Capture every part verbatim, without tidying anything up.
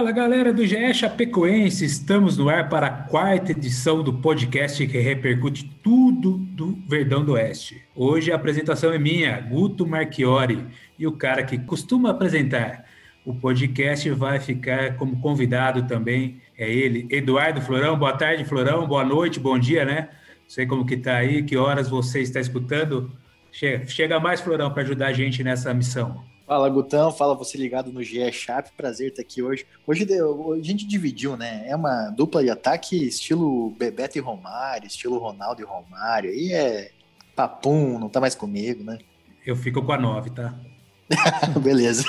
Fala galera do G E Chapecoense, estamos no ar para a quarta edição do podcast que repercute tudo do Verdão do Oeste. Hoje a apresentação é minha, Guto Marchiori, e o cara que costuma apresentar o podcast vai ficar como convidado também, é ele, Eduardo Florão. Boa tarde, Florão, boa noite, bom dia, né? Não sei como que tá aí, que horas você está escutando. Chega, chega mais, Florão, para ajudar a gente nessa missão. Fala, Gutão, fala você ligado no G E Chape, prazer estar aqui hoje. Hoje a gente dividiu, né? É uma dupla de ataque estilo Bebeto e Romário, estilo Ronaldo e Romário. Aí é papum, não tá mais comigo, né? Eu fico com a nove, tá? Beleza.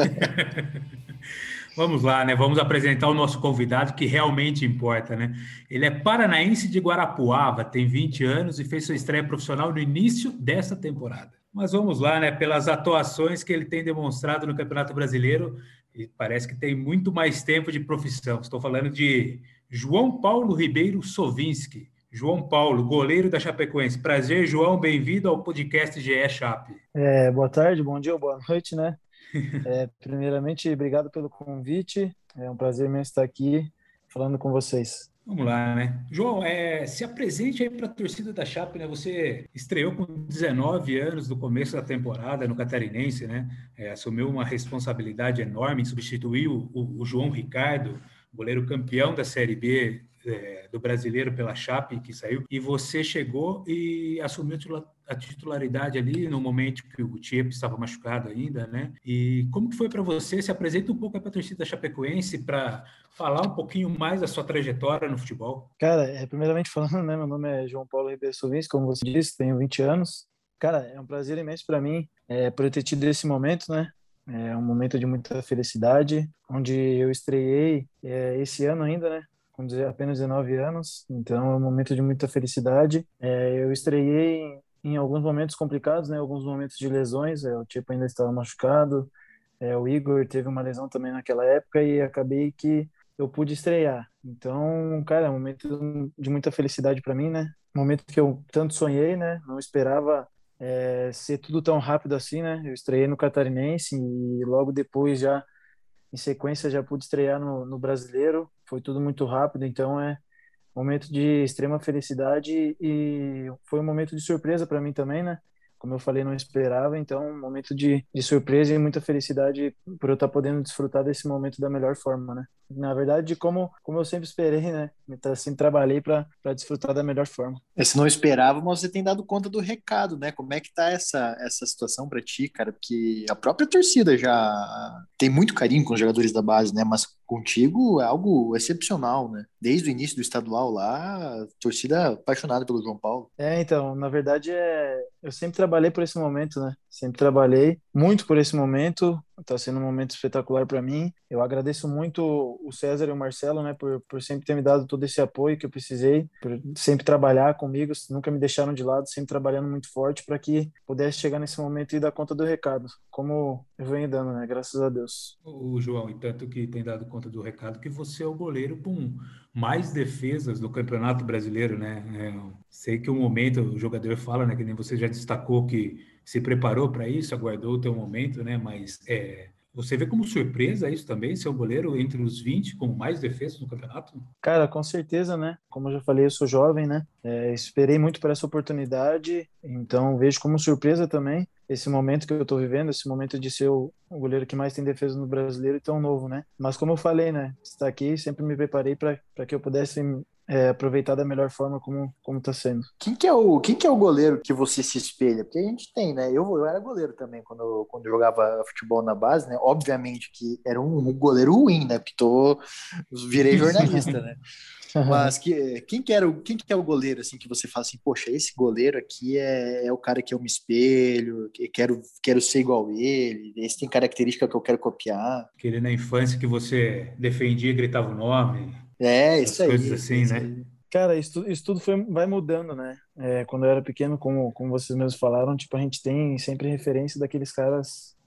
Vamos lá, né? Vamos apresentar o nosso convidado que realmente importa, né? Ele é paranaense de Guarapuava, tem vinte anos e fez sua estreia profissional no início dessa temporada. Mas vamos lá, né? Pelas atuações que ele tem demonstrado no Campeonato Brasileiro, e parece que tem muito mais tempo de profissão. Estou falando de João Paulo Ribeiro Sovinski. João Paulo, goleiro da Chapecoense. Prazer, João, bem-vindo ao podcast G E Chape. É, boa tarde, bom dia ou boa noite, né? É, primeiramente, obrigado pelo convite. É um prazer mesmo estar aqui falando com vocês. Vamos lá, né? João, é, se apresente aí para a torcida da Chape, né? Você estreou com dezenove anos no começo da temporada no Catarinense, né? É, assumiu uma responsabilidade enorme em substituir o, o, o João Ricardo, goleiro campeão da Série B é, do Brasileiro pela Chape, que saiu. E você chegou e assumiu a titularidade ali no momento que o Tiepo estava machucado ainda, né? E como que foi para você? Se apresenta um pouco para a torcida chapecoense para falar um pouquinho mais da sua trajetória no futebol. Cara, é, primeiramente falando, né? Meu nome é João Paulo Ribeiro Sovinski, como você disse, tenho vinte anos. Cara, é um prazer imenso para mim é, por eu ter tido esse momento, né? É um momento de muita felicidade, onde eu estreiei é, esse ano ainda, né? Com apenas dezenove anos, então é um momento de muita felicidade. É, eu estreiei em alguns momentos complicados, né? Alguns momentos de lesões, é, o Tiepo ainda estava machucado, é, o Igor teve uma lesão também naquela época e acabei que eu pude estrear. Então, cara, é um momento de muita felicidade para mim, né? Um momento que eu tanto sonhei, né? Não esperava é, ser tudo tão rápido assim, né? Eu estreiei no Catarinense e logo depois já em sequência já pude estrear no, no Brasileiro. Foi tudo muito rápido, então é um momento de extrema felicidade e foi um momento de surpresa para mim também, né? Como eu falei, não esperava, então um momento de, de surpresa e muita felicidade por eu estar podendo desfrutar desse momento da melhor forma, né? Na verdade, como como eu sempre esperei, né? Então, sempre trabalhei para para desfrutar da melhor forma. Você não esperava, mas você tem dado conta do recado, né? Como é que tá essa, essa situação para ti, cara? Porque a própria torcida já tem muito carinho com os jogadores da base, né? Mas contigo é algo excepcional, né? Desde o início do estadual lá, a torcida apaixonada pelo João Paulo. É, então, na verdade, é, eu sempre trabalhei por esse momento, né? Sempre trabalhei muito por esse momento. Tá sendo um momento espetacular para mim. Eu agradeço muito o César e o Marcelo, né, por, por sempre ter me dado todo esse apoio que eu precisei, por sempre trabalhar comigo, nunca me deixaram de lado, sempre trabalhando muito forte para que pudesse chegar nesse momento e dar conta do recado, como eu venho dando, né, graças a Deus. O João, e tanto que tem dado conta do recado que você é o goleiro com mais defesas no Campeonato Brasileiro, né? É, sei que o momento, o jogador fala, né, que nem você já destacou que se preparou para isso, aguardou o teu momento, né? Mas é, você vê como surpresa isso também, ser o goleiro entre os vinte com mais defesas no campeonato? Cara, com certeza, né? Como eu já falei, eu sou jovem, né? É, esperei muito por essa oportunidade, então vejo como surpresa também esse momento que eu tô vivendo, esse momento de ser o, o goleiro que mais tem defesa no brasileiro e tão novo, né? Mas como eu falei, né? Estar aqui, sempre me preparei para que eu pudesse é, aproveitar da melhor forma como como tá sendo. Quem que é o, quem que é o goleiro que você se espelha? Porque a gente tem, né? Eu, eu era goleiro também quando, eu- quando eu jogava futebol na base, né? Obviamente que era um, um goleiro ruim, né? Porque tô, virei jornalista, né? Mas que, quem que era o, quem que é o goleiro assim que você fala assim, poxa, esse goleiro aqui é, é o cara que eu me espelho, que quero, quero ser igual ele, esse tem característica que eu quero copiar. Aquele na infância que você defendia e gritava o nome, É, essas isso coisas aí, é assim, isso né? aí. Cara, isso, tu- isso tudo foi, vai mudando, né? É, quando eu era pequeno, como, como vocês mesmos falaram, tipo, a gente tem sempre referência daqueles caras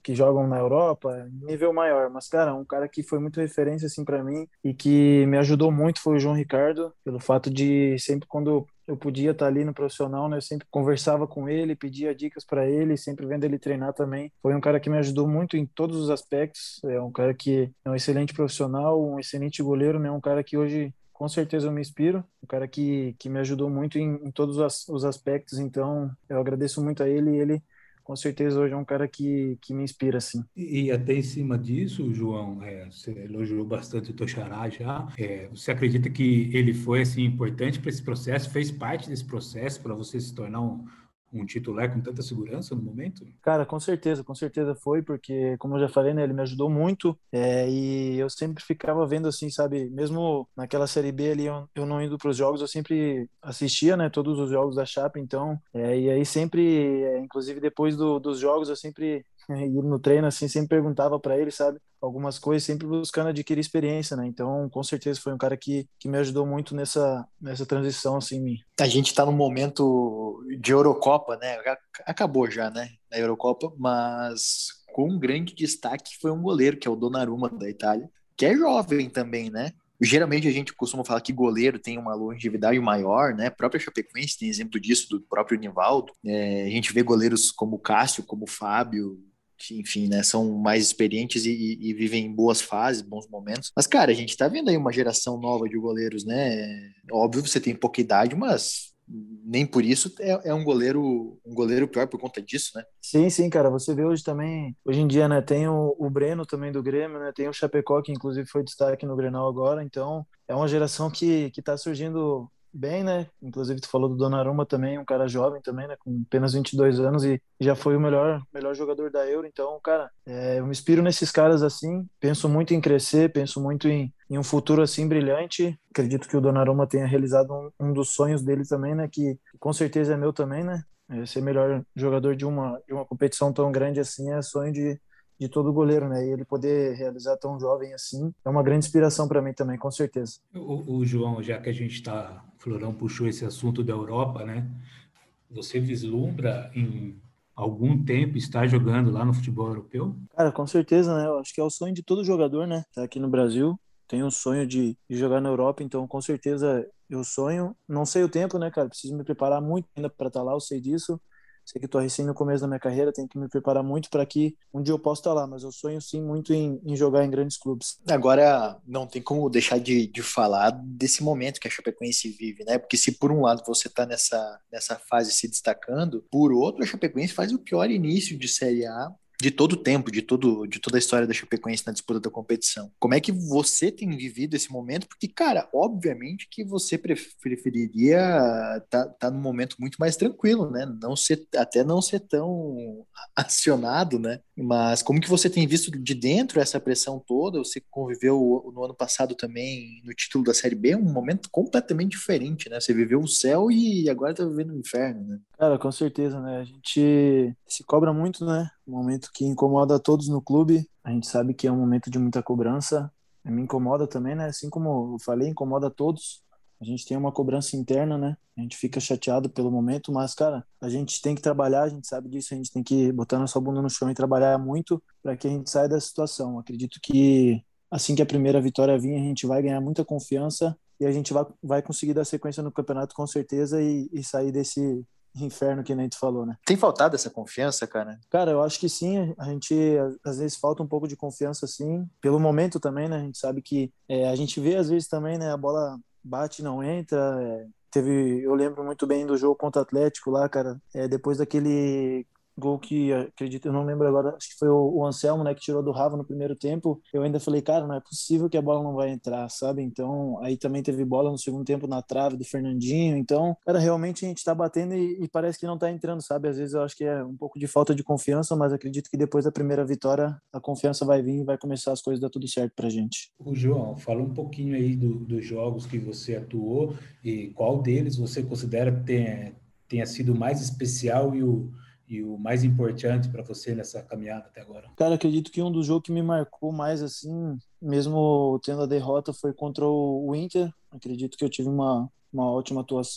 que jogam na Europa, nível maior. Mas, cara, um cara que foi muito referência, assim, para mim e que me ajudou muito foi o João Ricardo, pelo fato de sempre quando eu podia estar ali no profissional, né, eu sempre conversava com ele, pedia dicas para ele, sempre vendo ele treinar também. Foi um cara que me ajudou muito em todos os aspectos. É um cara que é um excelente profissional, um excelente goleiro, né, um cara que hoje com certeza eu me inspiro, um cara que, que me ajudou muito em, em todos os, os aspectos, então eu agradeço muito a ele e ele com certeza hoje é um cara que, que me inspira, assim. E, e até em cima disso, João, é, você elogiou bastante o teu xará já. É, você acredita que ele foi assim importante para esse processo, fez parte desse processo para você se tornar um, um titular com tanta segurança no momento? Cara, com certeza, com certeza foi, porque, como eu já falei, né, ele me ajudou muito, é, e eu sempre ficava vendo, assim, sabe, mesmo naquela Série B ali, eu, eu não indo para os jogos, eu sempre assistia, né, todos os jogos da Chape, então, é, e aí sempre, é, inclusive depois do, dos jogos, eu sempre, é, ia no treino, assim, sempre perguntava para ele, sabe, algumas coisas, sempre buscando adquirir experiência, né, então, com certeza foi um cara que, que me ajudou muito nessa, nessa transição, assim, em mim. A gente está num momento de Eurocopa, né? Acabou já, né? Na Eurocopa, mas com um grande destaque foi um goleiro, que é o Donnarumma da Itália, que é jovem também, né? Geralmente a gente costuma falar que goleiro tem uma longevidade maior, né? A própria Chapecoense tem exemplo disso, do próprio Nivaldo. É, a gente vê goleiros como o Cássio, como o Fábio, que, enfim, né, são mais experientes e, e vivem boas fases, bons momentos. Mas, cara, a gente tá vendo aí uma geração nova de goleiros, né? Óbvio, você tem pouca idade, mas nem por isso é, é um goleiro um goleiro pior por conta disso, né? Sim, sim, cara, você vê hoje também, hoje em dia, né, tem o, o Breno também do Grêmio, né, tem o Chapecó, que inclusive foi destaque no Grenal agora, então é uma geração que, que tá surgindo bem, né, inclusive tu falou do Donnarumma também, um cara jovem também, né, com apenas vinte e dois anos e já foi o melhor, melhor jogador da Euro, então, cara, é, eu me inspiro nesses caras assim, penso muito em crescer, penso muito em, em um futuro assim brilhante, acredito que o Donnarumma tenha realizado um, um dos sonhos dele também, né, que com certeza é meu também, né, é, ser melhor jogador de uma, de uma competição tão grande assim é sonho de, de todo goleiro, né? E ele poder realizar tão jovem assim é uma grande inspiração para mim também, com certeza. O, o João, já que a gente está, o Florão puxou esse assunto da Europa, né? Você vislumbra em algum tempo estar jogando lá no futebol europeu? Cara, com certeza, né? Eu acho que é o sonho de todo jogador, né? Tá aqui no Brasil, tem o sonho de, de jogar na Europa, então com certeza eu sonho. Não sei o tempo, né, cara? Preciso me preparar muito ainda para estar lá, eu sei disso. Sei que estou recém no começo da minha carreira, tenho que me preparar muito para que um dia eu possa estar lá, mas eu sonho sim muito em, em jogar em grandes clubes. Agora, não tem como deixar de, de falar desse momento que a Chapecoense vive, né? Porque se por um lado você tá nessa, nessa fase se destacando, por outro a Chapecoense faz o pior início de Série A de todo o tempo, de, todo, de toda a história da Chapecoense na disputa da competição. Como é que você tem vivido esse momento? Porque, cara, obviamente que você preferiria tá, tá num momento muito mais tranquilo, né? Não ser, até não ser tão acionado, né? Mas como que você tem visto de dentro essa pressão toda? Você conviveu no ano passado também no título da Série B, um momento completamente diferente, né? Você viveu o céu e agora tá vivendo o inferno, né? Cara, com certeza, né? A gente se cobra muito, né? Um momento que incomoda a todos no clube. A gente sabe que é um momento de muita cobrança. Me incomoda também, né? Assim como eu falei, incomoda a todos. A gente tem uma cobrança interna, né? A gente fica chateado pelo momento, mas, cara, a gente tem que trabalhar, a gente sabe disso, a gente tem que botar nossa bunda no chão e trabalhar muito para que a gente saia dessa situação. Acredito que assim que a primeira vitória vir, a gente vai ganhar muita confiança e a gente vai, vai conseguir dar sequência no campeonato com certeza e, e sair desse inferno que nem tu falou, né? Tem faltado essa confiança, cara? Cara, eu acho que sim. A gente às vezes falta um pouco de confiança, sim. Pelo momento também, né? A gente sabe que é, a gente vê às vezes também, né? A bola bate e não entra. É, teve, eu lembro muito bem do jogo contra o Atlético lá, cara. É, depois daquele gol que acredito, eu não lembro agora, acho que foi o, o Anselmo, né, que tirou do Rava no primeiro tempo. Eu ainda falei, cara, não é possível que a bola não vai entrar, sabe? Então, aí também teve bola no segundo tempo na trave do Fernandinho. Então, cara, realmente a gente tá batendo e, e parece que não tá entrando, sabe? Às vezes eu acho que é um pouco de falta de confiança, mas acredito que depois da primeira vitória a confiança vai vir e vai começar as coisas a dar tudo certo pra gente. O João, fala um pouquinho aí do, dos jogos que você atuou e qual deles você considera que tenha, tenha sido o mais especial e o e o mais importante para você nessa caminhada até agora? Cara, acredito que um dos jogos que me marcou mais, assim, mesmo tendo a derrota, foi contra o Inter. Acredito que eu tive uma, uma ótima atuação.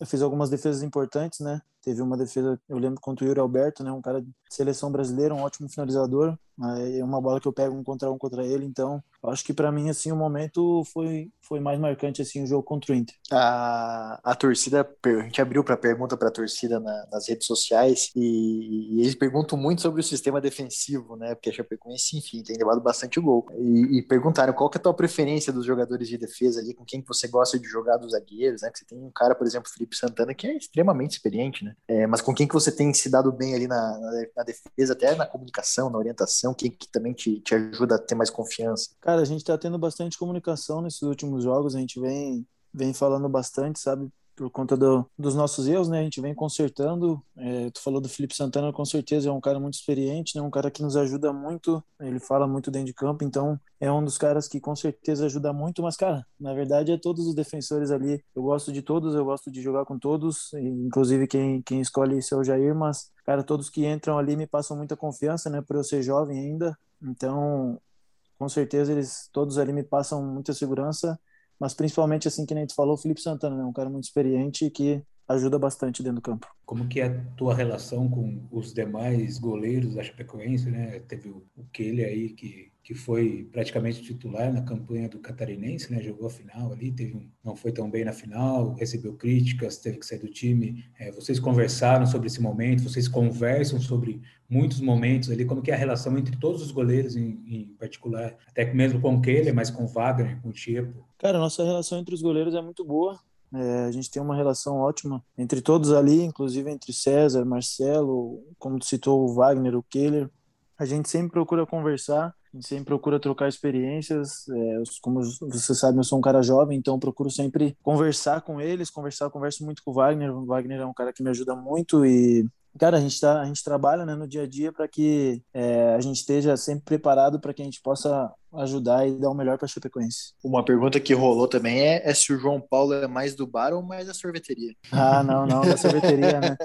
eu fiz algumas defesas importantes, né? Teve uma defesa, eu lembro, contra o Yuri Alberto, né? Um cara de seleção brasileira, um ótimo finalizador. É uma bola que eu pego um contra um contra ele, então acho que para mim, assim, o momento foi, foi mais marcante, assim, o jogo contra o Inter. A, a torcida, a gente abriu para pergunta para a torcida na, nas redes sociais e, e eles perguntam muito sobre o sistema defensivo, né? Porque a Chapecoense, enfim, tem levado bastante gol. E, e perguntaram qual que é a tua preferência dos jogadores de defesa ali, com quem que você gosta de jogar dos zagueiros, né? Que você tem um cara, por exemplo, Felipe Santana, que é extremamente experiente, né? É, mas com quem que você tem se dado bem ali na, na, na defesa, até na comunicação, na orientação, quem que também te, te ajuda a ter mais confiança? Cara, a gente tá tendo bastante comunicação nesses últimos jogos, a gente vem, vem falando bastante, sabe? Por conta do, dos nossos erros, né? A gente vem consertando. É, tu falou do Felipe Santana, com certeza é um cara muito experiente, né? Um cara que nos ajuda muito. Ele fala muito dentro de campo, então é um dos caras que com certeza ajuda muito. Mas, cara, na verdade é todos os defensores ali. Eu gosto de todos, eu gosto de jogar com todos. E, inclusive quem, quem escolhe isso é o Jair, mas, cara, todos que entram ali me passam muita confiança, né? Por eu ser jovem ainda. Então, com certeza eles todos ali me passam muita segurança. Mas principalmente, assim, que nem tu falou, o Felipe Santana, né? Um cara muito experiente e que ajuda bastante dentro do campo. Como que é a tua relação com os demais goleiros da Chapecoense, né? Teve o, o Kelly aí, que, que foi praticamente titular na campanha do Catarinense, né? Jogou a final ali, teve um, não foi tão bem na final, recebeu críticas, teve que sair do time. É, vocês conversaram sobre esse momento, vocês conversam sobre muitos momentos ali, como que é a relação entre todos os goleiros em, em particular, até que mesmo com o Kelly, mas com o Wagner, com o Tiepo. Cara, a nossa relação entre os goleiros é muito boa. É, a gente tem uma relação ótima entre todos ali, inclusive entre César, Marcelo, como tu citou, o Wagner, o Keller. A gente sempre procura conversar, a gente sempre procura trocar experiências. É, como você sabe, eu sou um cara jovem, então eu procuro sempre conversar com eles, conversar, converso muito com o Wagner. O Wagner é um cara que me ajuda muito e, cara, a gente, tá, a gente trabalha, né, no dia a dia para que é, a gente esteja sempre preparado para que a gente possa ajudar e dar o melhor para a Chapecoense. Uma pergunta que rolou também é, é se o João Paulo é mais do bar ou mais da sorveteria? Ah, não, não, da sorveteria, né?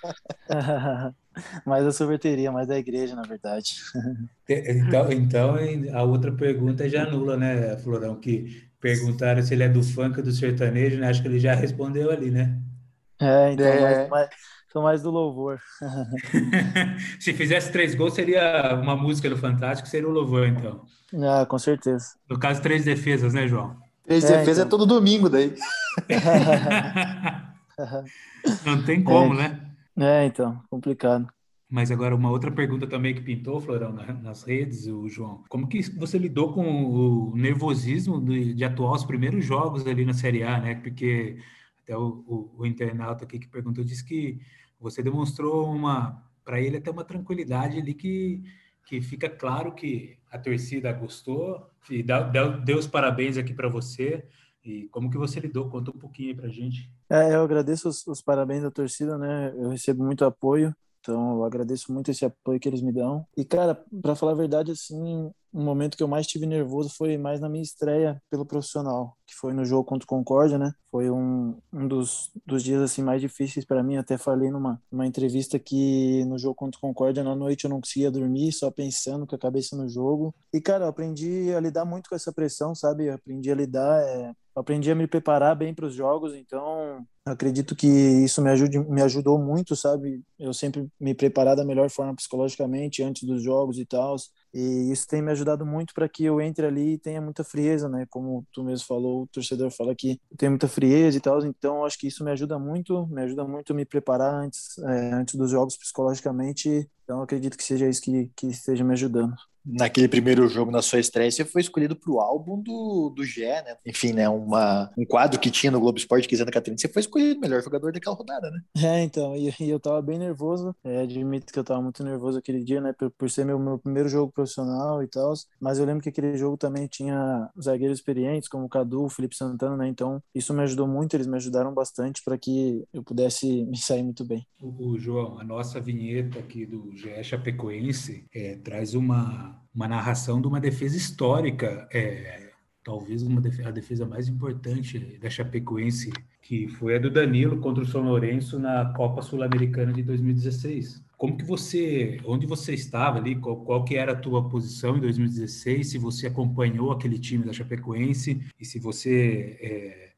Mais da sorveteria, mais da igreja, na verdade. Então, então a outra pergunta já anula, né, Florão? Que perguntaram se ele é do funk ou do sertanejo, né? Acho que ele já respondeu ali, né? É, então, mais, É, mais, sou mais do louvor. Se fizesse três gols, seria uma música do Fantástico, seria o louvor, então. Ah, com certeza. No caso, três defesas, né, João? três É, defesas é então. todo domingo daí. Não tem É, como, né? é, então, complicado. Mas agora uma outra pergunta também que pintou, Florão, na- nas redes, o João. Como que você lidou com o nervosismo de, de atuar os primeiros jogos ali na Série A, né? Porque até o, o, o internauta aqui que perguntou disse que você demonstrou uma, para ele até uma tranquilidade ali que, que fica claro que a torcida gostou e dá, dá, deu os parabéns aqui para você. E como que você lidou? Conta um pouquinho aí pra gente. É, eu agradeço os, os parabéns da torcida, né? Eu recebo muito apoio, então eu agradeço muito esse apoio que eles me dão. E, cara, para falar a verdade, assim, o momento que eu mais tive nervoso foi mais na minha estreia pelo profissional, que foi no jogo contra o Concórdia, né? Foi um, um dos, dos dias, assim, mais difíceis para mim. Até falei numa, numa entrevista que no jogo contra o Concórdia, na noite eu não conseguia dormir, só pensando com a cabeça no jogo. E, cara, eu aprendi a lidar muito com essa pressão, sabe? Eu aprendi a lidar, é, eu aprendi a me preparar bem para os jogos, então acredito que isso me ajude, me ajudou muito, sabe? Eu sempre me preparar da melhor forma psicologicamente antes dos jogos e tal. E isso tem me ajudado muito para que eu entre ali e tenha muita frieza, né? Como tu mesmo falou, o torcedor fala que tem muita frieza e tal. Então acho que isso me ajuda muito, me ajuda muito a me preparar antes, é, antes dos jogos psicologicamente. Então acredito que seja isso que, que esteja me ajudando. Naquele primeiro jogo, na sua estreia, você foi escolhido para o álbum do, do G E, né? Enfim, né? Uma, um quadro que tinha no Globo Esporte, que Santa Catarina, você foi escolhido o melhor jogador daquela rodada, né? É, então, e, e eu tava bem nervoso, é, admito que eu tava muito nervoso aquele dia, né, por, por ser meu, meu primeiro jogo profissional e tal, mas eu lembro que aquele jogo também tinha zagueiros experientes, como o Cadu, o Felipe Santana, né, então isso me ajudou muito, eles me ajudaram bastante para que eu pudesse me sair muito bem. O, o João, a nossa vinheta aqui do G E Chapecoense é, traz uma, uma narração de uma defesa histórica, é, talvez uma defesa, a defesa mais importante da Chapecoense, que foi a do Danilo contra o São Lourenço na Copa Sul-Americana de dois mil e dezesseis. Como que você, onde você estava ali, qual, qual que era a tua posição em dois mil e dezesseis, se você acompanhou aquele time da Chapecoense e se você é,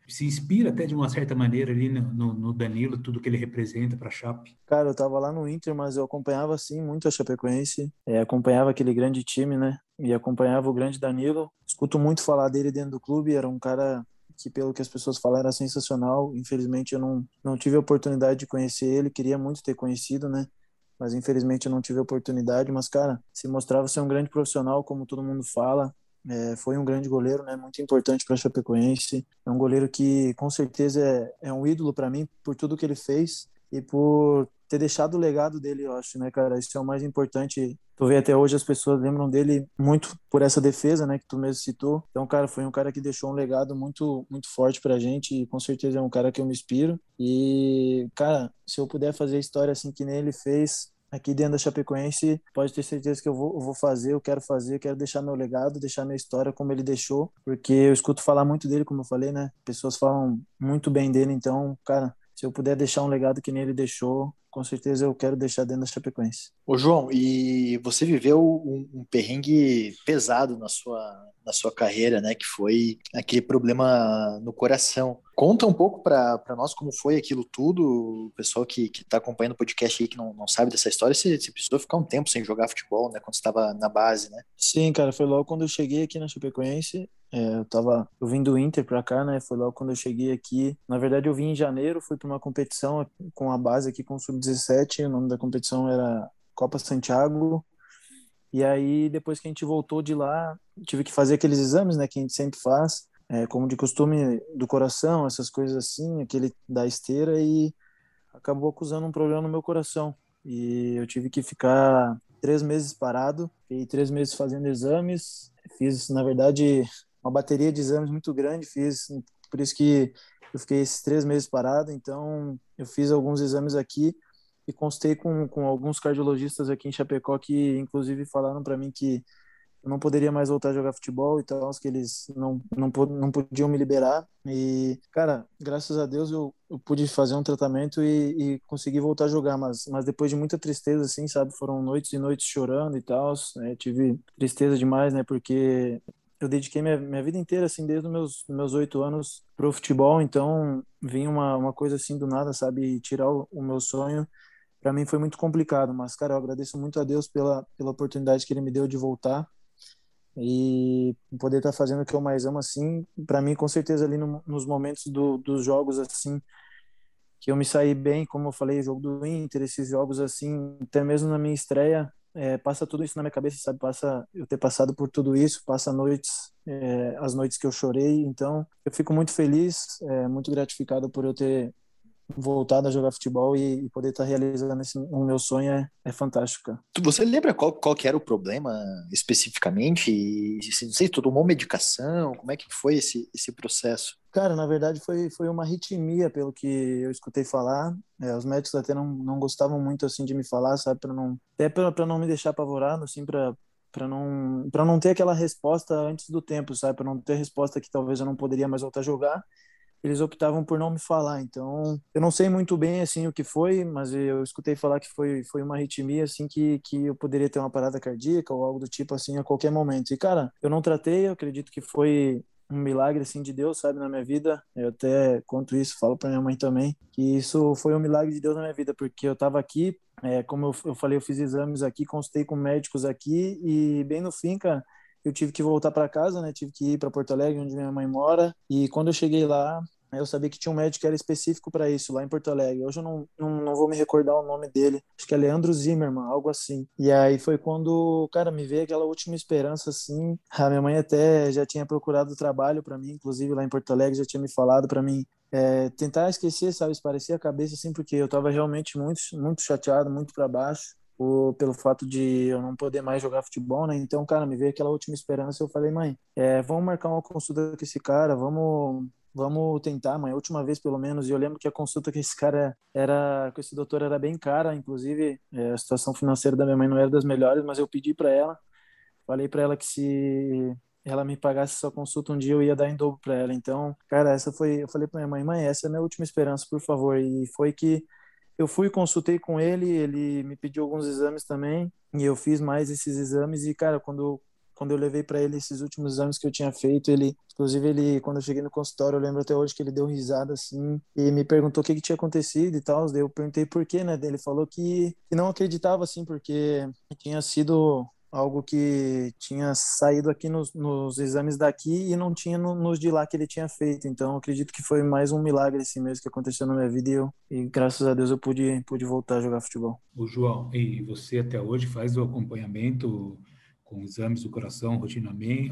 se inspira até de uma certa maneira ali no, no, no Danilo, tudo que ele representa para a Chape? Cara, eu tava lá no Inter, mas eu acompanhava, sim, muito a Chapecoense. É, acompanhava aquele grande time, né? E acompanhava o grande Danilo. Escuto muito falar dele dentro do clube. Era um cara que, pelo que as pessoas falam, era sensacional. Infelizmente, eu não, não tive a oportunidade de conhecer ele. Queria muito ter conhecido, né? Mas infelizmente eu não tive a oportunidade. Mas, cara, se mostrava ser um grande profissional, como todo mundo fala. É, foi um grande goleiro, né? Muito importante para a Chapecoense. É um goleiro que, com certeza, é, é um ídolo para mim por tudo que ele fez e por ter deixado o legado dele, eu acho, né, cara? Isso é o mais importante. Tu vê até hoje as pessoas lembram dele muito por essa defesa, né, que tu mesmo citou. Então, cara, foi um cara que deixou um legado muito, muito forte pra gente e com certeza é um cara que eu me inspiro. E, cara, se eu puder fazer a história assim que nem ele fez aqui dentro da Chapecoense, pode ter certeza que eu vou, eu vou fazer, eu quero fazer, eu quero deixar meu legado, deixar minha história como ele deixou, porque eu escuto falar muito dele, como eu falei, né? Pessoas falam muito bem dele, então, cara, se eu puder deixar um legado que nem ele deixou, com certeza eu quero deixar dentro da Chapecoense. Ô, João, e você viveu um, um perrengue pesado na sua, na sua carreira, né? Que foi aquele problema no coração. Conta um pouco para nós como foi aquilo tudo, o pessoal que, que tá acompanhando o podcast aí que não, não sabe dessa história, você, você precisou ficar um tempo sem jogar futebol, né? Quando você estava na base, né? Sim, cara, foi logo quando eu cheguei aqui na Chapecoense. É, eu tava, eu vim do Inter pra cá, né? Foi logo quando eu cheguei aqui. Na verdade, eu vim em janeiro, fui para uma competição com a base aqui com o sub dezessete. O nome da competição era Copa Santiago. E aí, depois que a gente voltou de lá, tive que fazer aqueles exames, né? Que a gente sempre faz, é, como de costume, do coração, essas coisas assim, aquele da esteira, e acabou acusando um problema no meu coração. E eu tive que ficar três meses parado, fiquei três meses fazendo exames, fiz, na verdade, uma bateria de exames muito grande, fiz, por isso que eu fiquei esses três meses parado, então eu fiz alguns exames aqui e consultei com, com alguns cardiologistas aqui em Chapecó que, inclusive, falaram para mim que eu não poderia mais voltar a jogar futebol e tal, que eles não, não, não podiam me liberar. E, cara, graças a Deus eu, eu pude fazer um tratamento e, e consegui voltar a jogar, mas, mas depois de muita tristeza, assim, sabe? Foram noites e noites chorando e tal, né? Tive tristeza demais, né? Porque eu dediquei minha, minha vida inteira, assim, desde os meus, meus oito anos pro futebol, então vinha uma, uma coisa assim do nada, sabe? E tirar o, o meu sonho. Para mim foi muito complicado, mas, cara, eu agradeço muito a Deus pela, pela oportunidade que ele me deu de voltar e poder estar fazendo o que eu mais amo, assim, para mim, com certeza, ali no, nos momentos do, dos jogos, assim, que eu me saí bem, como eu falei, jogo do Inter, esses jogos, assim, até mesmo na minha estreia, é, passa tudo isso na minha cabeça, sabe, passa eu ter passado por tudo isso, passa noites, é, as noites que eu chorei, então, eu fico muito feliz, é, muito gratificado por eu ter voltado a jogar futebol e, e poder estar realizando esse, o meu sonho é, é fantástico, cara. Tu- Você lembra qual, qual que era o problema especificamente? E, se- não sei, tu tomou medicação? Como é que foi esse, esse processo? Cara, na verdade foi, foi uma arritmia, pelo que eu escutei falar. É, os médicos até não, não gostavam muito assim de me falar, sabe, para não até para não me deixar apavorado, assim, para para não para não ter aquela resposta antes do tempo, sabe, para não ter resposta que talvez eu não poderia mais voltar a jogar. Eles optavam por não me falar. Então, eu não sei muito bem assim o que foi, mas eu escutei falar que foi foi uma arritmia assim que que eu poderia ter uma parada cardíaca ou algo do tipo assim a qualquer momento. E cara, eu não tratei, eu acredito que foi um milagre assim de Deus, sabe, na minha vida. Eu até conto isso, falo para minha mãe também, que isso foi um milagre de Deus na minha vida, porque eu estava aqui, é, como eu, eu falei, eu fiz exames aqui, consultei com médicos aqui e bem no fim, cara, eu tive que voltar para casa, né? Tive que ir para Porto Alegre, onde minha mãe mora. E quando eu cheguei lá, eu sabia que tinha um médico que era específico para isso, lá em Porto Alegre. Hoje eu não, não, não vou me recordar o nome dele. Acho que é Leandro Zimmermann, algo assim. E aí foi quando, cara, me veio aquela última esperança, assim. A minha mãe até já tinha procurado trabalho para mim, inclusive lá em Porto Alegre, já tinha me falado para mim é, tentar esquecer, sabe, esparecer a cabeça, assim, porque eu tava realmente muito, muito chateado, muito para baixo. Por, pelo fato de eu não poder mais jogar futebol, né? Então, cara, me veio aquela última esperança. Eu falei, mãe, é, vamos marcar uma consulta com esse cara, vamos, vamos tentar, mãe, a última vez pelo menos. E eu lembro que a consulta com esse cara era, com esse doutor era bem cara, inclusive é, a situação financeira da minha mãe não era das melhores, mas eu pedi para ela, falei para ela que se ela me pagasse essa consulta um dia eu ia dar em dobro para ela. Então, cara, essa foi, eu falei para minha mãe, mãe, essa é a minha última esperança, por favor. E foi que eu fui, consultei com ele, ele me pediu alguns exames também, e eu fiz mais esses exames, e, cara, quando quando eu levei para ele esses últimos exames que eu tinha feito, ele, inclusive, ele, quando eu cheguei no consultório, eu lembro até hoje que ele deu risada assim e me perguntou o que, que tinha acontecido e tal. Daí eu perguntei por quê, né? Daí ele falou que, que não acreditava, assim, porque tinha sido algo que tinha saído aqui nos, nos exames daqui e não tinha no, nos de lá que ele tinha feito. Então, eu acredito que foi mais um milagre assim mesmo que aconteceu na minha vida e, eu, e graças a Deus eu pude, pude voltar a jogar futebol. O João, e você até hoje faz o acompanhamento com exames do coração rotinamente,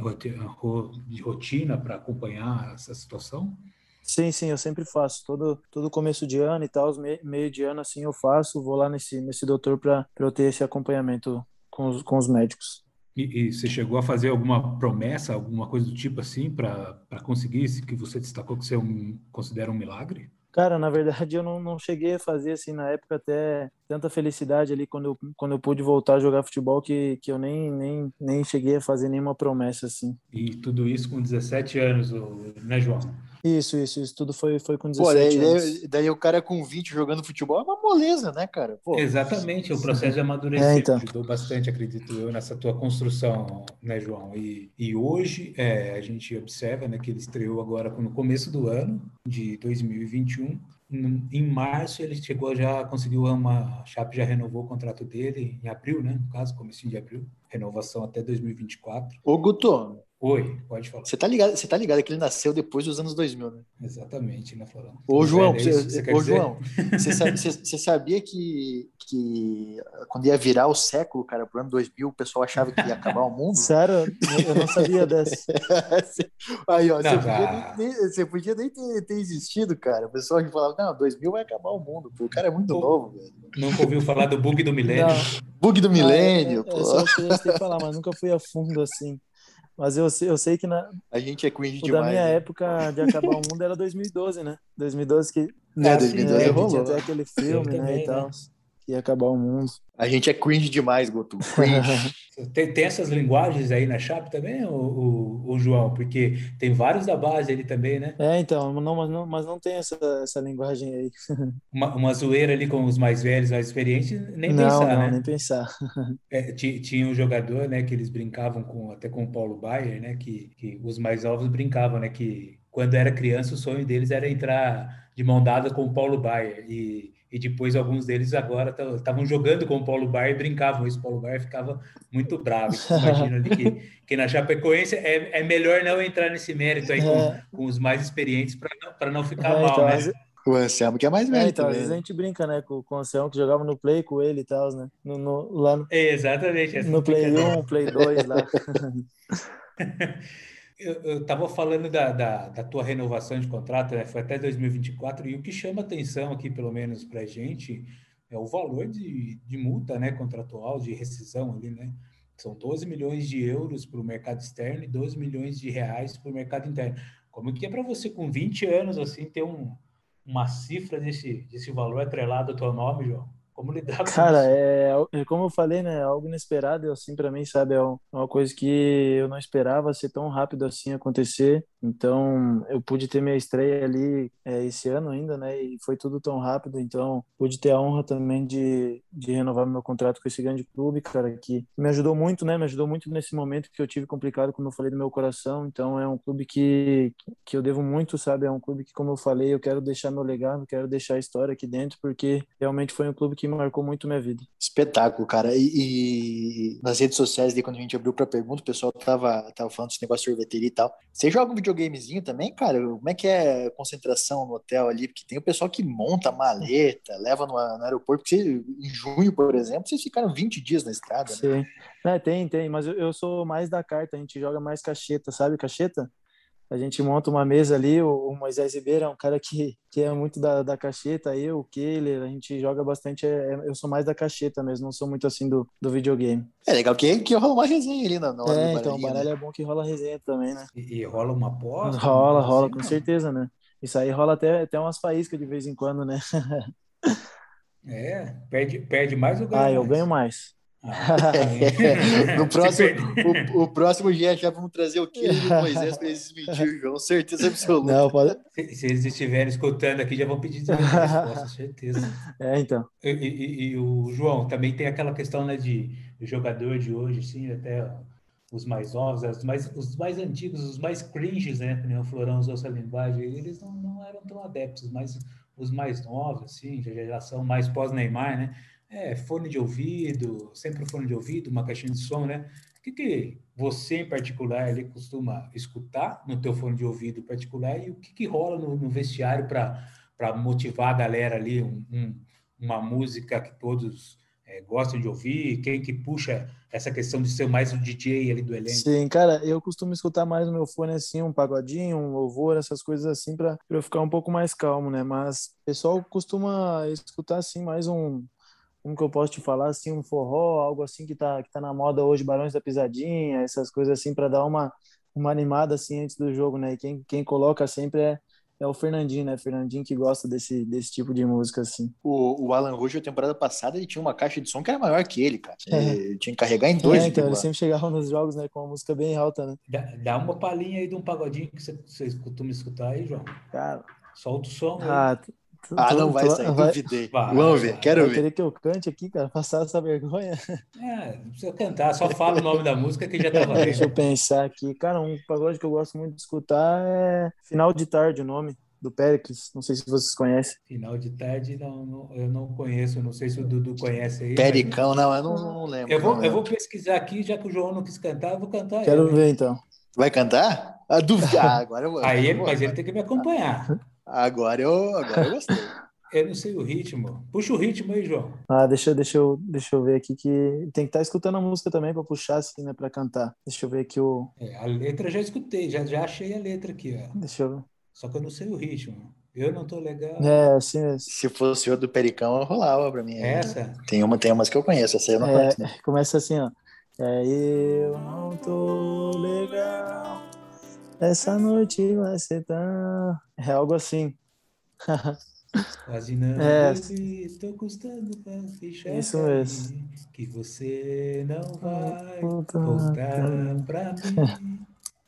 de rotina para acompanhar essa situação? Sim, sim, eu sempre faço. Todo, todo começo de ano e tal, me- meio de ano assim eu faço, vou lá nesse, nesse doutor para eu ter esse acompanhamento com os, com os médicos. E, e você chegou a fazer alguma promessa, alguma coisa do tipo assim, para para conseguir isso que você destacou que você é um, considera um milagre? Cara, na verdade eu não, não cheguei a fazer assim na época até tanta felicidade ali quando eu, quando eu pude voltar a jogar futebol que, que eu nem, nem, nem cheguei a fazer nenhuma promessa assim. E tudo isso com dezessete anos, o- né, João? Isso, isso, isso tudo foi, foi com Pô, dezessete daí, anos. daí, daí o cara com vinte jogando futebol é uma moleza, né, cara? Pô, Exatamente, o processo de É, amadurecimento então. ajudou bastante, acredito eu, nessa tua construção, né, João? E, e hoje é, a gente observa, né, que ele estreou agora no começo do ano de dois mil e vinte e um. No- Em março ele chegou já conseguiu uma a Chape já renovou o contrato dele em abril, né? No caso, comecinho de abril, renovação até dois mil e vinte e quatro. ô Guto, Oi, pode falar. você tá ligado, você tá ligado que ele nasceu depois dos anos dois mil, né? Exatamente, né, Florão? Ô, Tô João, velho, é isso que você você- quer ô, dizer? João, você sabe- você- você sabia que, que quando ia virar o século, cara, pro ano dois mil, o pessoal achava que ia acabar o mundo? Sério, eu não sabia dessa. Aí, ó, você Não, podia nem, a, nem- você podia nem ter, ter existido, cara. O pessoal que falava, não, dois mil vai acabar o mundo, pô. O cara é muito o- novo, velho. nunca ouviu falar do bug do milênio? Não, Bug do ah, milênio, é- é- pô. essa eu acho que eu já sei falar, mas nunca fui a fundo assim. Mas eu sei, eu sei que na, A gente é cringe o da minha demais, hein? época de acabar o mundo era dois mil e doze, né? dois mil e doze que, É, Ah, sim, dois mil e doze é, teve, que tinha até rolou. aquele teve filme, né, e também, tal, né? que ia acabar o mundo. A gente é cringe demais, Guto. Cringe. Tem, tem essas linguagens aí na Chape também, o, o, o João? Porque tem vários da base ali também, né? É, então, não, mas não, mas não tem essa, essa linguagem aí. Uma, uma zoeira ali com os mais velhos, mais experientes, nem Não, pensar, não, nem né? pensar. É, ti- tinha um jogador, né, que eles brincavam com, até com o Paulo Baier, né, que, que os mais novos brincavam, né, que quando era criança o sonho deles era entrar de mão dada com o Paulo Baier e, e depois alguns deles agora estavam jogando com o Paulo Baier e brincavam isso, o Paulo Baier ficava muito bravo, então imagina ali que, que na Chapecoense é, é melhor não entrar nesse mérito aí com, É, com os mais experientes para não, para não ficar é, mal, então, às, né? O Anselmo, que é mais é, velho então, às também, vezes a né? gente brinca, né, com, com o Anselmo, que jogava no Play com ele e tal, né? No, no- lá no, É exatamente essas no Play brincadeiras. um, Play dois lá. Eu estava falando da, da, da tua renovação de contrato, né? Foi até dois mil e vinte e quatro, e o que chama atenção aqui, pelo menos para a gente, é o valor de, de multa, né, contratual, de rescisão ali, né? São doze milhões de euros para o mercado externo e doze milhões de reais para o mercado interno. Como que é para você, com vinte anos, assim, ter um, uma cifra desse, desse valor atrelado ao teu nome, João? Como lidar com Cara, isso? é, é como eu falei, né? É algo inesperado, assim, pra mim, sabe? É um- é uma coisa que eu não esperava ser tão rápido assim acontecer. Então, eu pude ter minha estreia ali é, esse ano ainda, né? E foi tudo tão rápido. Então, pude ter a honra também de, de renovar meu contrato com esse grande clube, cara, que me ajudou muito, né? Me ajudou muito nesse momento que eu tive complicado, como eu falei, do meu coração. Então, é um clube que, que eu devo muito, sabe? É um clube que, como eu falei, eu quero deixar meu legado, quero deixar a história aqui dentro, porque realmente foi um clube que marcou muito minha vida. Espetáculo, cara. E, e nas redes sociais, daí, quando a gente abriu pra pergunta, o pessoal tava, tava falando desse negócio de sorveteria e tal. Você joga um videogamezinho também, cara? Como é que é a concentração no hotel ali? Porque tem o pessoal que monta maleta, leva no, no aeroporto. Porque você- em junho, por exemplo, vocês ficaram vinte dias na estrada, né? Sim. É, tem, tem, mas eu, eu sou mais da carta, a gente joga mais cacheta, sabe cacheta? A gente monta uma mesa ali, o, o Moisés Ribeiro é um cara que, que é muito da, da cacheta, eu, o Kehler, a gente joga bastante, é, é- eu sou mais da cacheta mesmo, não sou muito assim do, do videogame. É legal que, que rola uma resenha ali na, na hora do É, então, o baralhinho, né? baralho é bom que rola resenha também, né? E, e rola uma aposta, alguma Rola, coisa rola, assim? com Não. certeza, né? Isso aí rola até, até umas faíscas de vez em quando, né? É, perde, perde mais ou ganha Ah, eu ganho mais? mais. Ah, No se próximo, perder. o, o próximo G F vamos trazer o Killer e o Moisés para eles desmentir, João. Certeza absoluta. Não, pode... Se, se eles estiverem escutando aqui, já vão pedir de resposta, certeza. É, então. E, e- e o João, também tem aquela questão, né, de o jogador de hoje, assim, até os mais novos, os mais, os mais antigos, os mais cringes, né? Que nem o Florão usou essa linguagem, eles não, não eram tão adeptos, mas os mais novos, assim, já, já são mais pós-Neymar, né? É, fone de ouvido, sempre fone de ouvido, uma caixinha de som, né? O que, que você, em particular, ali, costuma escutar no teu fone de ouvido particular e o que, que rola no, no vestiário para motivar a galera ali, um, um, uma música que todos é, gostam de ouvir? Quem que puxa essa questão de ser mais o D J ali do elenco? Sim, cara, eu costumo escutar mais no meu fone, assim, um pagodinho, um louvor, essas coisas assim, para eu ficar um pouco mais calmo, né? Mas o pessoal costuma escutar, assim, mais um... Como que eu posso te falar, assim, um forró, algo assim que tá, que tá na moda hoje, Barões da Pisadinha, essas coisas assim, para dar uma, uma animada, assim, antes do jogo, né? E quem, quem coloca sempre é, é o Fernandinho, né? Fernandinho que gosta desse, desse tipo de música, assim. O, o Alan Ruschel, temporada passada, ele tinha uma caixa de som que era maior que ele, cara. Ele é. tinha que carregar em dois. É, então, ele sempre chegava nos jogos, né, com uma música bem alta, né? Dá, dá uma palhinha aí de um pagodinho que você, você costuma escutar aí, João. Cara... Solta o som aí. Ah, Ah, não vai sair, vai, duvidei. Vai, Vamos ver, vai. quero vai ver. querer que eu cante aqui, cara, passar essa vergonha. É, não precisa cantar, só fala o nome da música que já tá valendo. Deixa eu pensar aqui. Cara, um pagode que eu gosto muito de escutar é Final de Tarde, o nome, do Péricles. Não sei se vocês conhecem. Final de tarde, não, não, eu não conheço, não sei se o Dudu conhece aí. Pericão, mas... não, eu não, não lembro. Eu vou, não eu vou lembro. pesquisar aqui, já que o João não quis cantar, eu vou cantar. Quero ele, ver, então. Vai cantar? Ah, duvido. Ah, agora eu vou. Aí, eu vou, mas ele tem que me acompanhar. Agora eu, agora eu gostei. Eu não sei o ritmo. Puxa o ritmo aí, João. Ah, deixa, deixa, eu, deixa eu ver aqui que tem que estar escutando a música também para puxar, assim, né, para cantar. Deixa eu ver aqui o... É, a letra eu já escutei, já, já achei a letra aqui, ó. Deixa eu ver. Só que eu não sei o ritmo. Eu não tô legal. É, assim mesmo. Se fosse o do Pericão, rolava pra mim. Essa? Tem, uma, tem umas que eu conheço, essa aí eu não É, conheço. Né? começa assim, ó. É, eu não tô legal, essa noite vai ser tão... É algo assim. Quase não É. bebi, tô custando pra fechar. Isso mesmo. Que você não vai Voltar voltar pra mim.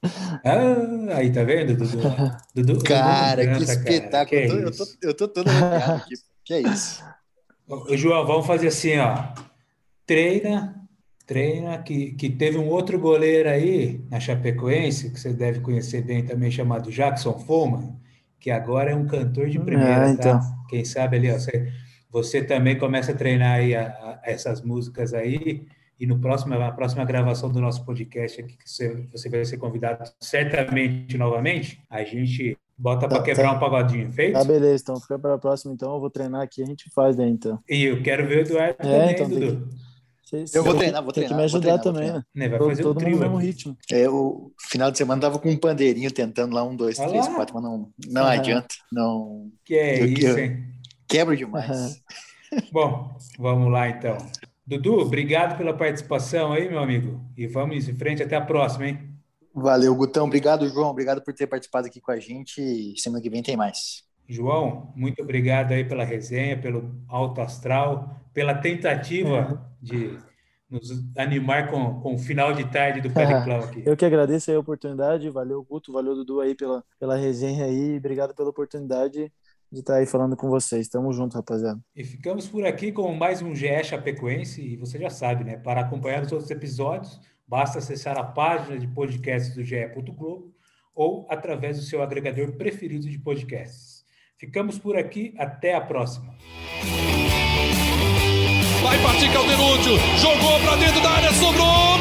Ah, aí tá vendo, Dudu? Dudu Cara, Dudu que canta, espetáculo. cara. Que é eu, tô, eu, tô, isso? eu tô todo arrepiado aqui. Que é isso? Ô, João, vamos fazer assim, ó. Treina, treina, que, que teve um outro goleiro aí na Chapecoense, que você deve conhecer bem também, chamado Jackson Foman, que agora é um cantor de primeira, Ah, então. tá? Quem sabe ali, ó, você, você também começa a treinar aí a, a, essas músicas aí, e no próximo, na próxima gravação do nosso podcast aqui, que você, você vai ser convidado certamente novamente, a gente bota para Tá, quebrar tá. um pagodinho, feito? Tá, beleza. Então fica para a próxima, então. Eu vou treinar aqui, a gente faz daí, então. E eu quero ver o Eduardo É, também, então, tem Dudu. Cês- Eu vou tem- treinar, vou Tem treinar, que me vou ajudar treinar, vou também, treinar. né? Né, vai Todo, fazer o todo mundo trio no mesmo aqui. ritmo. É, o final de semana tava com um pandeirinho tentando lá, um, dois, Olha três, lá. quatro, mas não, não Aham. adianta. Não, Que é Eu- isso, eu- hein? quebra demais. Bom, vamos lá então. Dudu, obrigado pela participação aí, meu amigo. E vamos em frente, até a próxima, hein? Valeu, Gutão. Obrigado, João. Obrigado por ter participado aqui com a gente. E semana que vem tem mais. João, muito obrigado aí pela resenha, pelo alto astral, pela tentativa de nos animar com, com o final de tarde do Periclão aqui. Eu que agradeço aí a oportunidade. Valeu, Guto. Valeu, Dudu, aí pela, pela resenha aí. Obrigado pela oportunidade de estar aí falando com vocês. Tamo junto, rapaziada. E ficamos por aqui com mais um G E Chapecoense. E você já sabe, né? Para acompanhar os outros episódios, basta acessar a página de podcasts do G E Globo ou através do seu agregador preferido de podcasts. Ficamos por aqui. Até a próxima. Vai partir Calderúcio, jogou pra dentro da área, sobrou!